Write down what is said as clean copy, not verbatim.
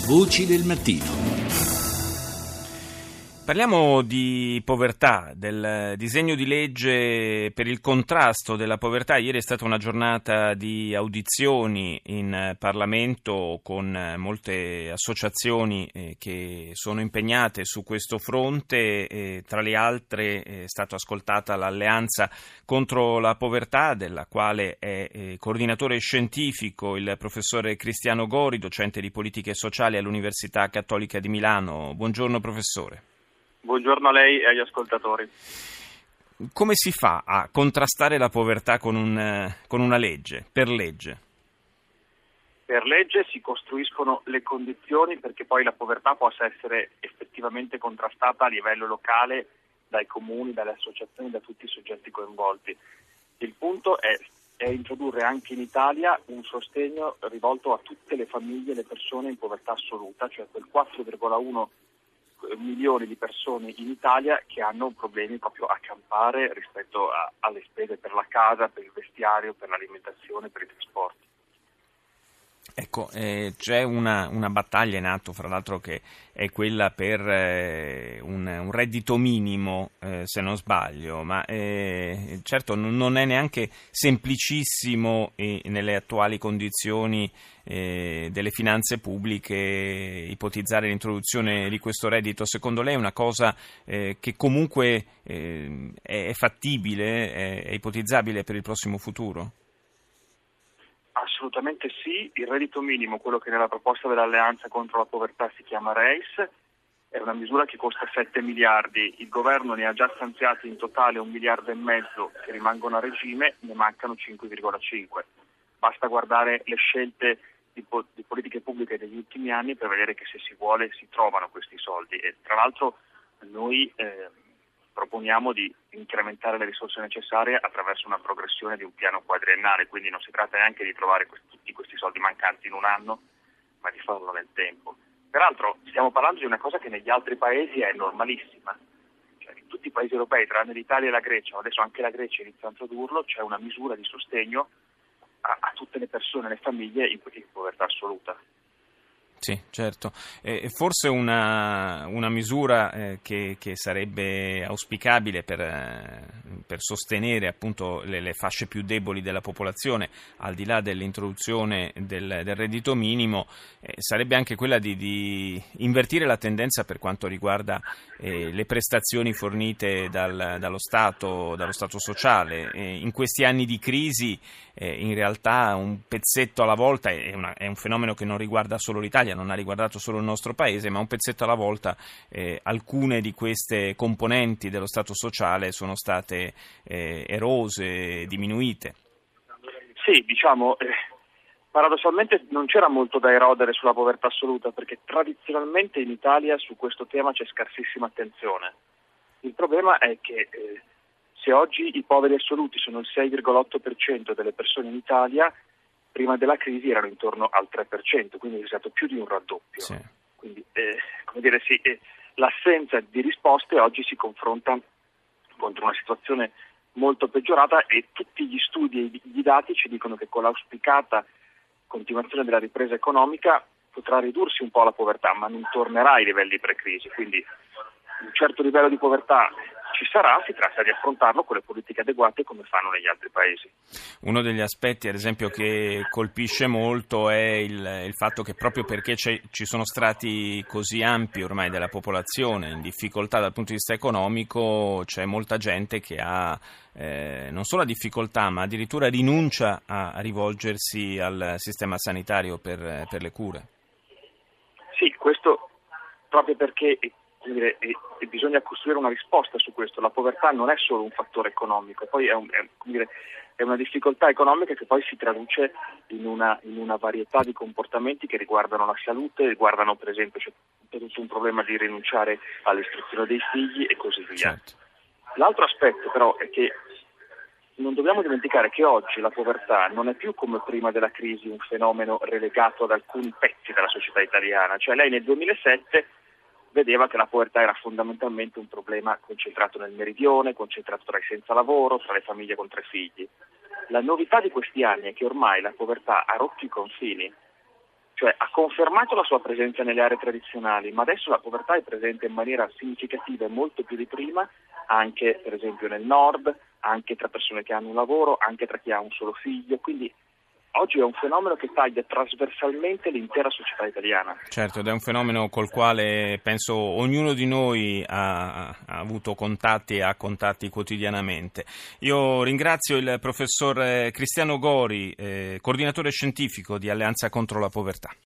Voci del mattino. Parliamo di povertà, del disegno di legge per il contrasto della povertà. Ieri è stata una giornata di audizioni in Parlamento con molte associazioni che sono impegnate su questo fronte. Tra le altre è stata ascoltata l'Alleanza contro la povertà, della quale è coordinatore scientifico il professore Cristiano Gori, docente di politiche sociali all'Università Cattolica di Milano. Buongiorno professore. Buongiorno a lei e agli ascoltatori. Come si fa a contrastare la povertà con una legge, per legge? Per legge si costruiscono le condizioni perché poi la povertà possa essere effettivamente contrastata a livello locale dai comuni, dalle associazioni, da tutti i soggetti coinvolti. Il punto è introdurre anche in Italia un sostegno rivolto a tutte le famiglie e le persone in povertà assoluta, cioè quel 4,1 milioni di persone in Italia che hanno problemi proprio a campare rispetto alle spese per la casa, per il vestiario, per l'alimentazione, per i trasporti. Ecco, c'è una battaglia in atto, fra l'altro, che è quella per un reddito minimo, se non sbaglio, ma certo non è neanche semplicissimo nelle attuali condizioni delle finanze pubbliche ipotizzare l'introduzione di questo reddito. Secondo lei è una cosa che comunque è fattibile, è ipotizzabile per il prossimo futuro? Assolutamente sì, il reddito minimo, quello che nella proposta dell'Alleanza contro la povertà si chiama REIS, è una misura che costa 7 miliardi, il governo ne ha già stanziati in totale 1,5 miliardi che rimangono a regime, ne mancano 5,5. Basta guardare le scelte di politiche pubbliche degli ultimi anni per vedere che se si vuole si trovano questi soldi e tra l'altro noi proponiamo di incrementare le risorse necessarie attraverso una progressione di un piano quadriennale, quindi non si tratta neanche di trovare tutti questi soldi mancanti in un anno, ma di farlo nel tempo. Peraltro stiamo parlando di una cosa che negli altri paesi è normalissima, cioè in tutti i paesi europei, tranne l'Italia e la Grecia, adesso anche la Grecia inizia a introdurlo, c'è una misura di sostegno a tutte le persone, le famiglie in povertà assoluta. Sì, certo. Forse una misura che sarebbe auspicabile per sostenere appunto le fasce più deboli della popolazione, al di là dell'introduzione del reddito minimo, sarebbe anche quella di invertire la tendenza per quanto riguarda le prestazioni fornite dallo Stato sociale. In questi anni di crisi in realtà un pezzetto alla volta è un fenomeno che non riguarda solo l'Italia, non ha riguardato solo il nostro paese, ma un pezzetto alla volta alcune di queste componenti dello Stato sociale sono state erose, diminuite. Sì, paradossalmente non c'era molto da erodere sulla povertà assoluta perché tradizionalmente in Italia su questo tema c'è scarsissima attenzione. Il problema è che se oggi i poveri assoluti sono il 6,8% delle persone in Italia, prima della crisi erano intorno al 3%, quindi è stato più di un raddoppio. Sì. Quindi, l'assenza di risposte oggi si confronta contro una situazione molto peggiorata e tutti gli studi e gli dati ci dicono che con l'auspicata continuazione della ripresa economica potrà ridursi un po' la povertà, ma non tornerà ai livelli pre-crisi, quindi un certo livello di povertà ci sarà, si tratta di affrontarlo con le politiche adeguate come fanno negli altri paesi. Uno degli aspetti, ad esempio, che colpisce molto è il fatto che proprio perché ci sono strati così ampi ormai della popolazione in difficoltà dal punto di vista economico, c'è molta gente che ha non solo difficoltà ma addirittura rinuncia a rivolgersi al sistema sanitario per le cure. Sì, questo proprio perché bisogna costruire una risposta su questo. La povertà non è solo un fattore economico, poi è una difficoltà economica che poi si traduce in una varietà di comportamenti che riguardano la salute, riguardano per esempio c'è tutto un problema di rinunciare all'istruzione dei figli e così via. Certo. L'altro aspetto però è che non dobbiamo dimenticare che oggi la povertà non è più come prima della crisi un fenomeno relegato ad alcuni pezzi della società italiana, cioè lei nel 2007 vedeva che la povertà era fondamentalmente un problema concentrato nel meridione, concentrato tra i senza lavoro, tra le famiglie con 3 figli. La novità di questi anni è che ormai la povertà ha rotto i confini, Cioè ha confermato la sua presenza nelle aree tradizionali, ma adesso la povertà è presente in maniera significativa e molto più di prima, anche per esempio nel nord, anche tra persone che hanno un lavoro, anche tra chi ha un solo figlio, quindi oggi è un fenomeno che taglia trasversalmente l'intera società italiana. Certo, ed è un fenomeno col quale penso ognuno di noi ha avuto contatti e ha contatti quotidianamente. Io ringrazio il professor Cristiano Gori, coordinatore scientifico di Alleanza contro la Povertà.